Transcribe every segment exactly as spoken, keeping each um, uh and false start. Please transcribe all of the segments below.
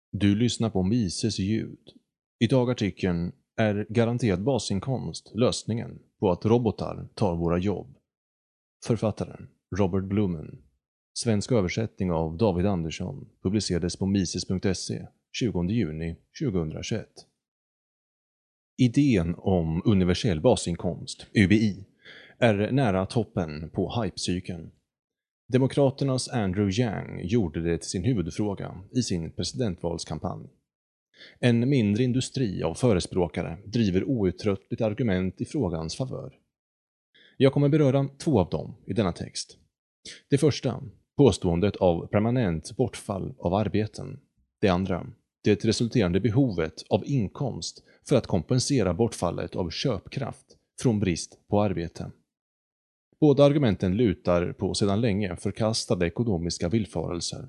Du lyssnar på Mises ljud. Idag artikeln är garanterad basinkomst lösningen på att robotar tar våra jobb. Författaren Robert Blumen. Svensk översättning av David Andersson publicerades på mises punkt se tjugonde juni tjugohundratjugoett. Idén om universell basinkomst, U B I, är nära toppen på hypecykeln. Demokraternas Andrew Yang gjorde det till sin huvudfråga i sin presidentvalskampanj. En mindre industri av förespråkare driver outtröttligt argument i frågans favör. Jag kommer beröra två av dem i denna text. Det första, påståendet av permanent bortfall av arbeten. Det andra, det resulterande behovet av inkomst för att kompensera bortfallet av köpkraft från brist på arbete. Båda argumenten lutar på sedan länge förkastade ekonomiska villfarelser.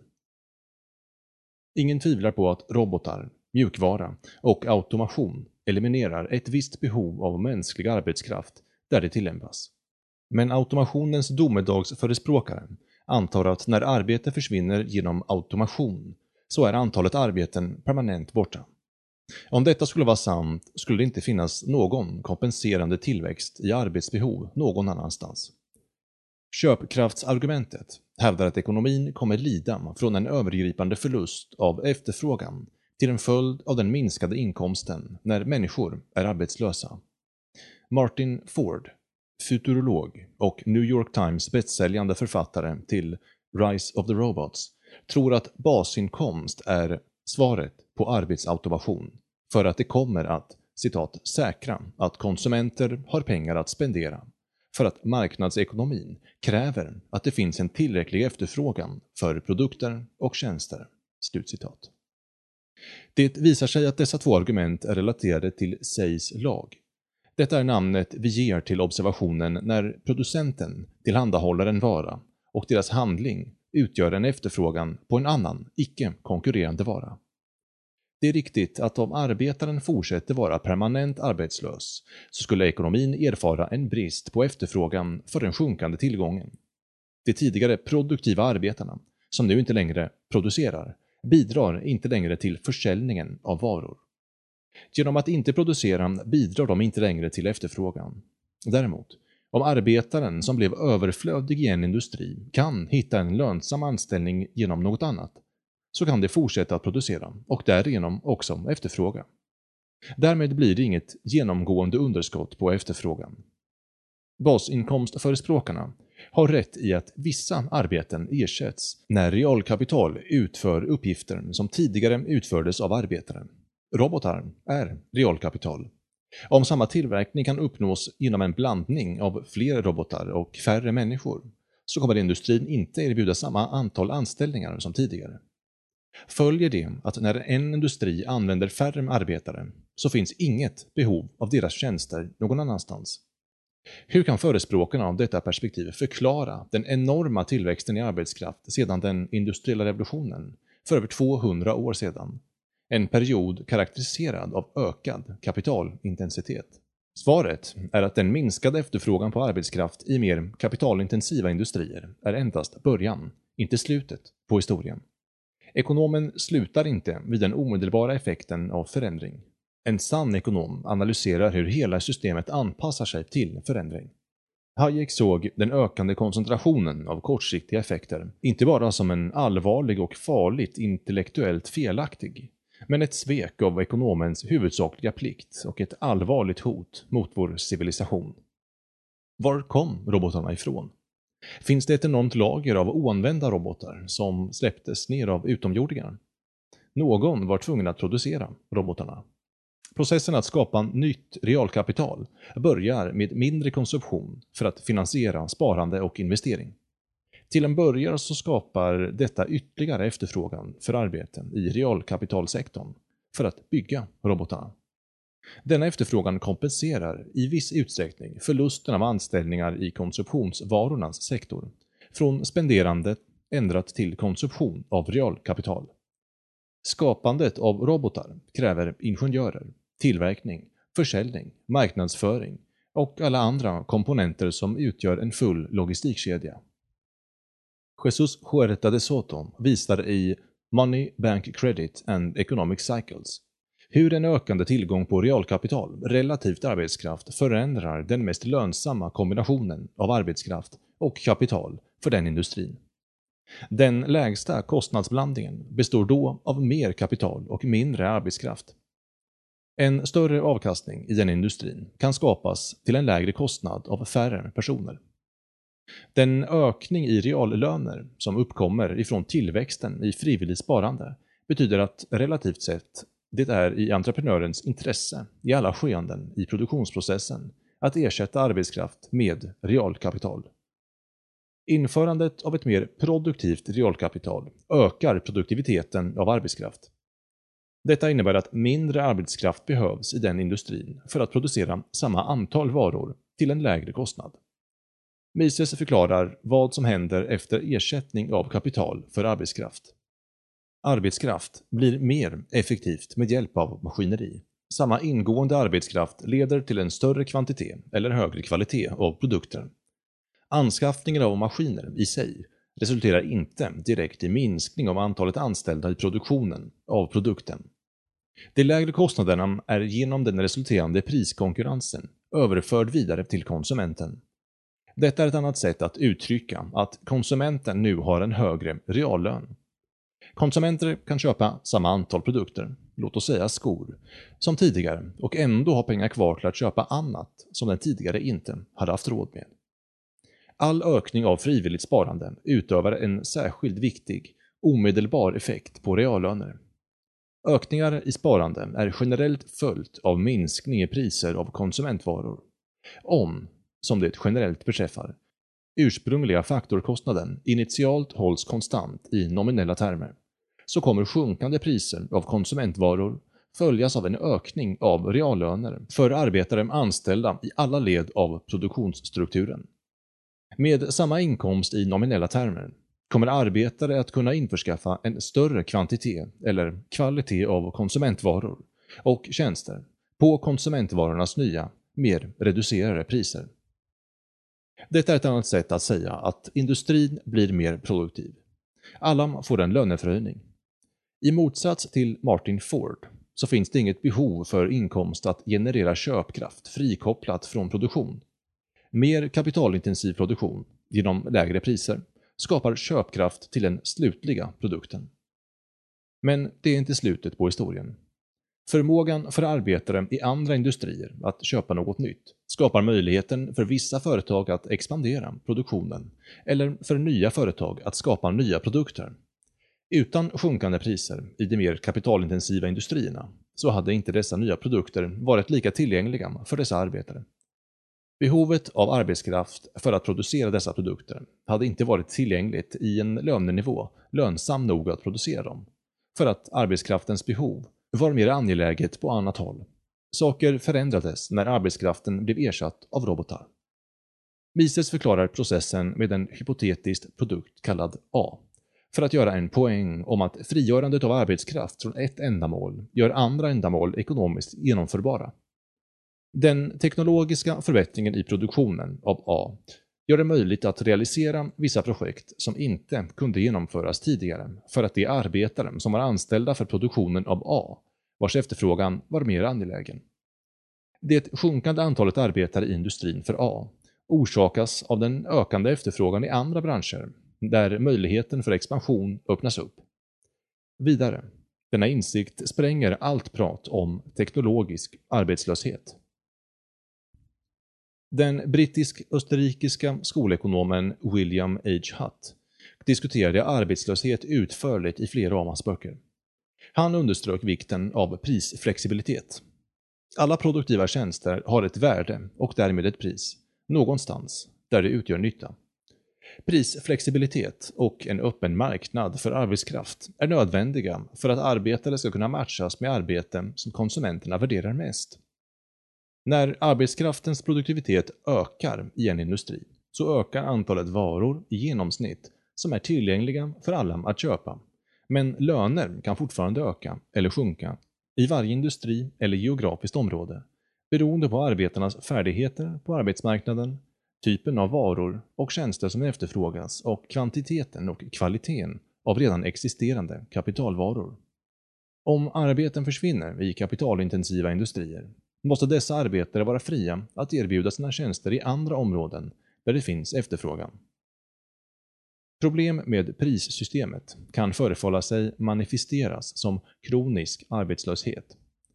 Ingen tvivlar på att robotar, mjukvara och automation eliminerar ett visst behov av mänsklig arbetskraft där det tillämpas. Men automationens domedagsförespråkare antar att när arbete försvinner genom automation så är antalet arbeten permanent borta. Om detta skulle vara sant skulle det inte finnas någon kompenserande tillväxt i arbetsbehov någon annanstans. Köpkraftsargumentet hävdar att ekonomin kommer lida från en övergripande förlust av efterfrågan till en följd av den minskade inkomsten när människor är arbetslösa. Martin Ford, futurolog och New York Times bästsäljande författare till Rise of the Robots, tror att basinkomst är svaret på arbetsautomation för att det kommer att, citat, säkra att konsumenter har pengar att spendera. För att marknadsekonomin kräver att det finns en tillräcklig efterfrågan för produkter och tjänster. Slutcitat. Det visar sig att dessa två argument är relaterade till Say's lag. Detta är namnet vi ger till observationen när producenten tillhandahåller en vara och deras handling utgör en efterfrågan på en annan, icke-konkurrerande vara. Det är riktigt att om arbetaren fortsätter vara permanent arbetslös så skulle ekonomin erfara en brist på efterfrågan för den sjunkande tillgången. De tidigare produktiva arbetarna, som nu inte längre producerar, bidrar inte längre till försäljningen av varor. Genom att inte producera bidrar de inte längre till efterfrågan. Däremot, om arbetaren som blev överflödig i en industri kan hitta en lönsam anställning genom något annat, så kan det fortsätta att producera och därigenom också efterfråga. Därmed blir det inget genomgående underskott på efterfrågan. Basinkomstförespråkarna har rätt i att vissa arbeten ersätts när realkapital utför uppgifter som tidigare utfördes av arbetare. Robotar är realkapital. Om samma tillverkning kan uppnås genom en blandning av fler robotar och färre människor så kommer industrin inte erbjuda samma antal anställningar som tidigare. Följer det att när en industri använder färre arbetare så finns inget behov av deras tjänster någon annanstans. Hur kan förespråkarna av detta perspektiv förklara den enorma tillväxten i arbetskraft sedan den industriella revolutionen för över tvåhundra år sedan? En period karaktäriserad av ökad kapitalintensitet. Svaret är att den minskade efterfrågan på arbetskraft i mer kapitalintensiva industrier är endast början, inte slutet på historien. Ekonomen slutar inte vid den omedelbara effekten av förändring. En sann ekonom analyserar hur hela systemet anpassar sig till förändring. Hayek såg den ökande koncentrationen av kortsiktiga effekter inte bara som en allvarlig och farligt intellektuellt felaktig, men ett svek av ekonomens huvudsakliga plikt och ett allvarligt hot mot vår civilisation. Var kom robotarna ifrån? Finns det ett enormt lager av oanvända robotar som släpptes ner av utomjordingar? Någon var tvungen att producera robotarna. Processen att skapa nytt realkapital börjar med mindre konsumtion för att finansiera sparande och investering. Till en början så skapar detta ytterligare efterfrågan för arbeten i realkapitalsektorn för att bygga robotarna. Denna efterfrågan kompenserar i viss utsträckning förlusten av anställningar i konsumtionsvarornas sektor, från spenderande ändrat till konsumtion av realkapital. Skapandet av robotar kräver ingenjörer, tillverkning, försäljning, marknadsföring och alla andra komponenter som utgör en full logistikkedja. Jesus Huerta de Soto visar i Money, Bank Credit and Economic Cycles. Hur en ökande tillgång på realkapital relativt arbetskraft förändrar den mest lönsamma kombinationen av arbetskraft och kapital för den industrin. Den lägsta kostnadsblandningen består då av mer kapital och mindre arbetskraft. En större avkastning i den industrin kan skapas till en lägre kostnad av färre personer. Den ökning i reallöner som uppkommer ifrån tillväxten i frivilligt sparande betyder att relativt sett det är i entreprenörens intresse i alla skeenden i produktionsprocessen att ersätta arbetskraft med realkapital. Införandet av ett mer produktivt realkapital ökar produktiviteten av arbetskraft. Detta innebär att mindre arbetskraft behövs i den industrin för att producera samma antal varor till en lägre kostnad. Mises förklarar vad som händer efter ersättning av kapital för arbetskraft. Arbetskraft blir mer effektivt med hjälp av maskineri. Samma ingående arbetskraft leder till en större kvantitet eller högre kvalitet av produkter. Anskaffningen av maskiner i sig resulterar inte direkt i minskning av antalet anställda i produktionen av produkten. De lägre kostnaderna är genom den resulterande priskonkurrensen överförd vidare till konsumenten. Detta är ett annat sätt att uttrycka att konsumenten nu har en högre reallön. Konsumenter kan köpa samma antal produkter, låt oss säga skor, som tidigare och ändå ha pengar kvar till att köpa annat som den tidigare inte hade haft råd med. All ökning av frivilligt sparande utövar en särskilt viktig, omedelbar effekt på reallöner. Ökningar i sparande är generellt följt av minskning i priser av konsumentvaror. Om, som det generellt beträffar, ursprungliga faktorkostnaden initialt hålls konstant i nominella termer, så kommer sjunkande priser av konsumentvaror följas av en ökning av reallöner för arbetare anställda i alla led av produktionsstrukturen. Med samma inkomst i nominella termer kommer arbetare att kunna införskaffa en större kvantitet eller kvalitet av konsumentvaror och tjänster på konsumentvarornas nya, mer reducerade priser. Detta är ett annat sätt att säga att industrin blir mer produktiv. Alla får en löneförhöjning. I motsats till Martin Ford så finns det inget behov för inkomst att generera köpkraft frikopplat från produktion. Mer kapitalintensiv produktion genom lägre priser skapar köpkraft till den slutliga produkten. Men det är inte slutet på historien. Förmågan för arbetare i andra industrier att köpa något nytt skapar möjligheten för vissa företag att expandera produktionen eller för nya företag att skapa nya produkter. Utan sjunkande priser i de mer kapitalintensiva industrierna så hade inte dessa nya produkter varit lika tillgängliga för dessa arbetare. Behovet av arbetskraft för att producera dessa produkter hade inte varit tillgängligt i en lönenivå lönsam nog att producera dem, för att arbetskraftens behov var mer angeläget på annat håll. Saker förändrades när arbetskraften blev ersatt av robotar. Mises förklarar processen med en hypotetisk produkt kallad A, för att göra en poäng om att frigörandet av arbetskraft från ett ändamål gör andra ändamål ekonomiskt genomförbara. Den teknologiska förbättringen i produktionen av A gör det möjligt att realisera vissa projekt som inte kunde genomföras tidigare för att de arbetare som var anställda för produktionen av A, vars efterfrågan var mer angelägen. Det sjunkande antalet arbetare i industrin för A orsakas av den ökande efterfrågan i andra branscher där möjligheten för expansion öppnas upp. Vidare, denna insikt spränger allt prat om teknologisk arbetslöshet. Den brittisk-österrikiska skolekonomen William H. Hutt diskuterade arbetslöshet utförligt i flera av hans böcker. Han underströk vikten av prisflexibilitet. Alla produktiva tjänster har ett värde och därmed ett pris, någonstans där det utgör nytta. Prisflexibilitet och en öppen marknad för arbetskraft är nödvändiga för att arbetare ska kunna matchas med arbeten som konsumenterna värderar mest. När arbetskraftens produktivitet ökar i en industri så ökar antalet varor i genomsnitt som är tillgängliga för alla att köpa. Men löner kan fortfarande öka eller sjunka i varje industri eller geografiskt område beroende på arbetarnas färdigheter på arbetsmarknaden, typen av varor och tjänster som efterfrågas och kvantiteten och kvaliteten av redan existerande kapitalvaror. Om arbeten försvinner i kapitalintensiva industrier måste dessa arbetare vara fria att erbjuda sina tjänster i andra områden där det finns efterfrågan. Problem med prissystemet kan förefalla sig manifesteras som kronisk arbetslöshet.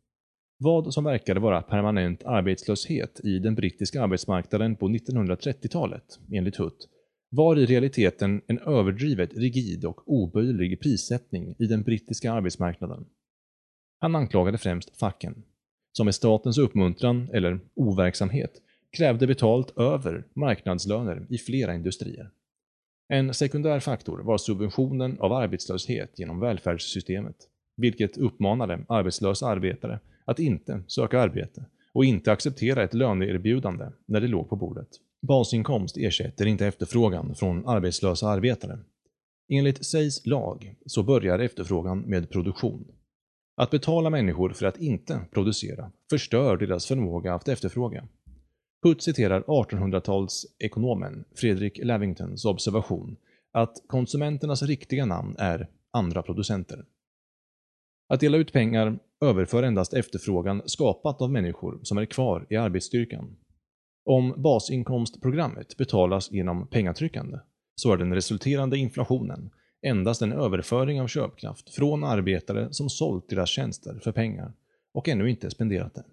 Vad som verkade vara permanent arbetslöshet i den brittiska arbetsmarknaden på nittonhundratrettiotalet, enligt Hutt, var i realiteten en överdrivet rigid och oböjlig prissättning i den brittiska arbetsmarknaden. Han anklagade främst facken, som med statens uppmuntran eller overksamhet krävde betalt över marknadslöner i flera industrier. En sekundär faktor var subventionen av arbetslöshet genom välfärdssystemet, vilket uppmanade arbetslösa arbetare att inte söka arbete och inte acceptera ett löneerbjudande när det låg på bordet. Basinkomst ersätter inte efterfrågan från arbetslösa arbetare. Enligt Say's lag så börjar efterfrågan med produktion. Att betala människor för att inte producera förstör deras förmåga att efterfråga. Hutt citerar artonhundratals-ekonomen Frederick Lavingtons observation att konsumenternas riktiga namn är andra producenter. Att dela ut pengar överför endast efterfrågan skapat av människor som är kvar i arbetsstyrkan. Om basinkomstprogrammet betalas genom pengatryckande så är den resulterande inflationen endast en överföring av köpkraft från arbetare som sålt deras tjänster för pengar och ännu inte spenderat det.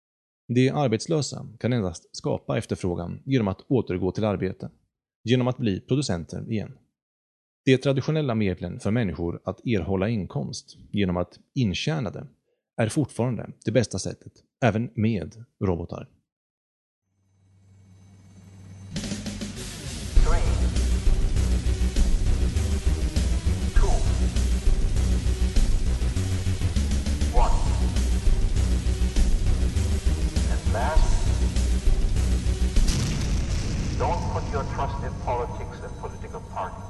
De arbetslösa kan endast skapa efterfrågan genom att återgå till arbete, genom att bli producenter igen. De traditionella medlen för människor att erhålla inkomst genom att intjäna det är fortfarande det bästa sättet, även med robotar. Don't put your trust in politics and political parties.